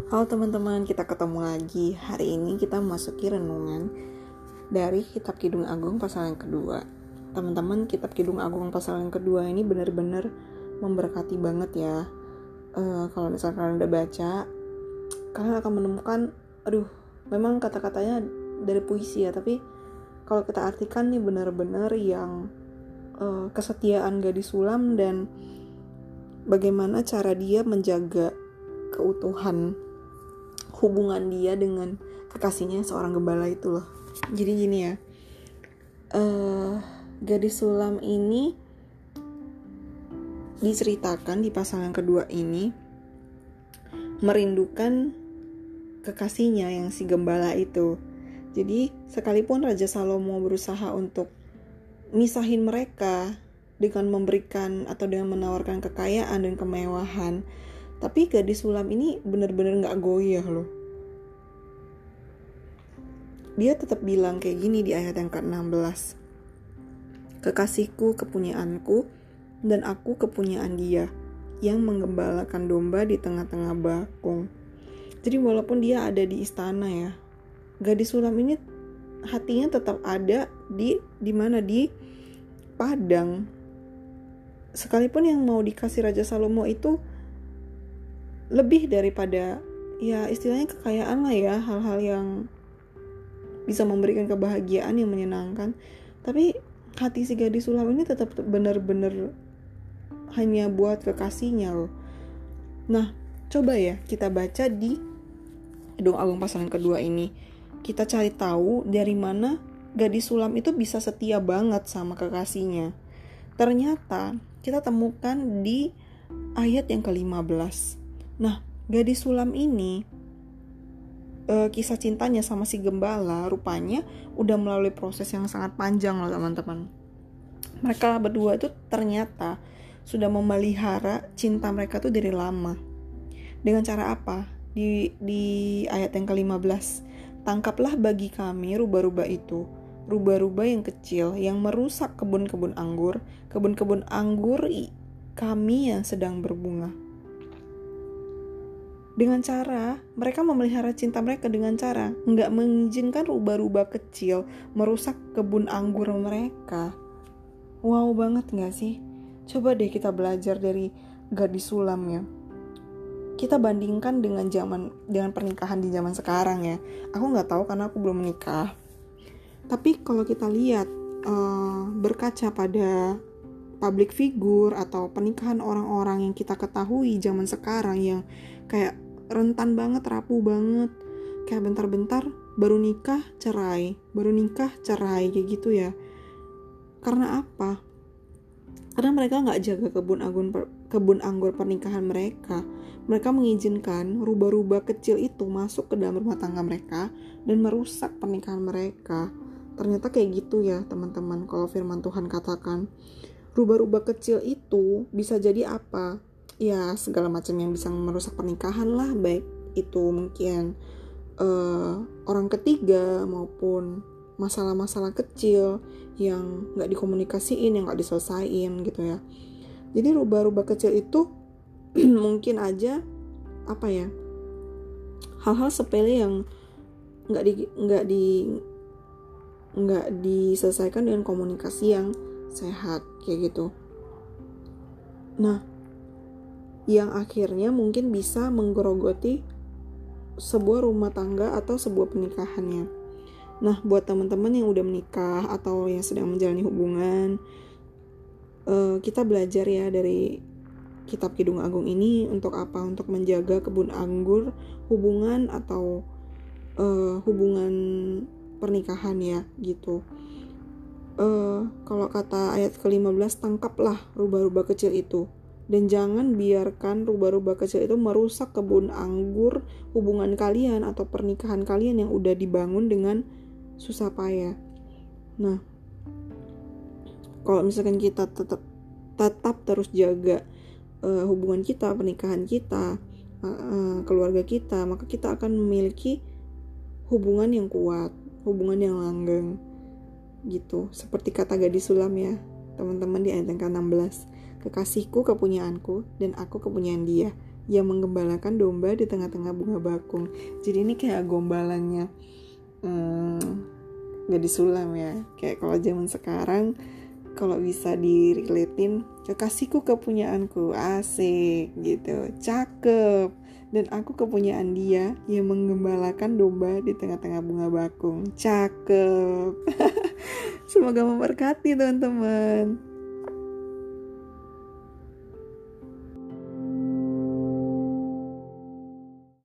Halo teman-teman, kita ketemu lagi. Hari ini kita memasuki renungan dari Kitab Kidung Agung pasal yang kedua. Teman-teman, Kitab Kidung Agung pasal yang kedua ini benar-benar memberkati banget ya. Kalau misalkan kalian udah baca, kalian akan menemukan, memang kata-katanya dari puisi ya, tapi kalau kita artikan nih benar-benar yang kesetiaan gadis sulam dan bagaimana cara dia menjaga keutuhan hubungan dia dengan kekasihnya seorang gembala itu loh. Jadi gini ya, gadis sulam ini diceritakan di pasal yang kedua ini merindukan kekasihnya yang si gembala itu. Jadi sekalipun Raja Salomo berusaha untuk misahin mereka dengan memberikan atau dengan menawarkan kekayaan dan kemewahan, tapi gadis sulam ini benar-benar gak goyah loh. Dia tetap bilang kayak gini di ayat yang ke-16. Kekasihku kepunyaanku dan aku kepunyaan dia yang menggembalakan domba di tengah-tengah bakung. Jadi walaupun dia ada di istana ya, gadis sulam ini hatinya tetap ada di mana, di padang. Sekalipun yang mau dikasih Raja Salomo itu lebih daripada ya istilahnya kekayaan lah ya, hal-hal yang bisa memberikan kebahagiaan yang menyenangkan, tapi hati si gadis sulam ini tetap benar-benar hanya buat kekasihnya loh. Nah, coba ya kita baca di Kidung Agung pasal yang kedua ini, kita cari tahu dari mana gadis sulam itu bisa setia banget sama kekasihnya. Ternyata kita temukan di ayat yang ke-15. Nah, gadis sulam ini kisah cintanya sama si gembala rupanya udah melalui proses yang sangat panjang loh teman-teman. Mereka berdua itu ternyata sudah memelihara cinta mereka tuh dari lama. Dengan cara apa? Di ayat yang ke-15, tangkaplah bagi kami rubah-rubah itu, rubah-rubah yang kecil yang merusak kebun-kebun anggur kami yang sedang berbunga. Dengan cara mereka memelihara cinta mereka dengan cara nggak mengizinkan rubah-rubah kecil merusak kebun anggur mereka. Wow banget nggak sih? Coba deh kita belajar dari gadis sulam ya. Kita bandingkan dengan pernikahan di zaman sekarang ya. Aku nggak tahu karena aku belum menikah. Tapi kalau kita lihat berkaca pada public figure atau pernikahan orang-orang yang kita ketahui zaman sekarang yang kayak rentan banget, rapuh banget, kayak bentar-bentar baru nikah cerai kayak gitu ya. Karena apa? Karena mereka nggak jaga kebun anggur pernikahan mereka. Mereka mengizinkan rubah-rubah kecil itu masuk ke dalam rumah tangga mereka dan merusak pernikahan mereka. Ternyata kayak gitu ya teman-teman. Kalau firman Tuhan katakan rubah-rubah kecil itu bisa jadi apa? Ya segala macam yang bisa merusak pernikahan lah, baik itu mungkin orang ketiga maupun masalah-masalah kecil yang gak dikomunikasiin, yang gak diselesain gitu ya. Jadi rubah-rubah kecil itu mungkin aja hal-hal sepele yang gak diselesaikan dengan komunikasi yang sehat kayak gitu. Nah, yang akhirnya mungkin bisa menggerogoti sebuah rumah tangga atau sebuah pernikahannya. Nah, buat teman-teman yang udah menikah atau yang sedang menjalani hubungan, kita belajar ya dari Kitab Kidung Agung ini untuk apa? Untuk menjaga kebun anggur hubungan atau hubungan pernikahan ya gitu. Kalau kata ayat ke-15, tangkaplah rubah-rubah kecil itu dan jangan biarkan rubah-rubah kecil itu merusak kebun anggur hubungan kalian atau pernikahan kalian yang udah dibangun dengan susah payah. Nah, kalau misalkan kita tetap terus jaga hubungan kita, pernikahan kita, keluarga kita, maka kita akan memiliki hubungan yang kuat, hubungan yang langgeng gitu. Seperti kata gadis sulam ya teman-teman di ayat yang ke-16, kekasihku kepunyaanku dan aku kepunyaan dia yang menggembalakan domba di tengah-tengah bunga bakung. Jadi ini kayak gombalannya gadis sulam ya. Kayak kalau zaman sekarang, kalau bisa direlatein, kekasihku kepunyaanku, asik gitu, cakep. Dan aku kepunyaan dia yang menggembalakan domba di tengah-tengah bunga bakung, cakep. Semoga memberkati teman-teman.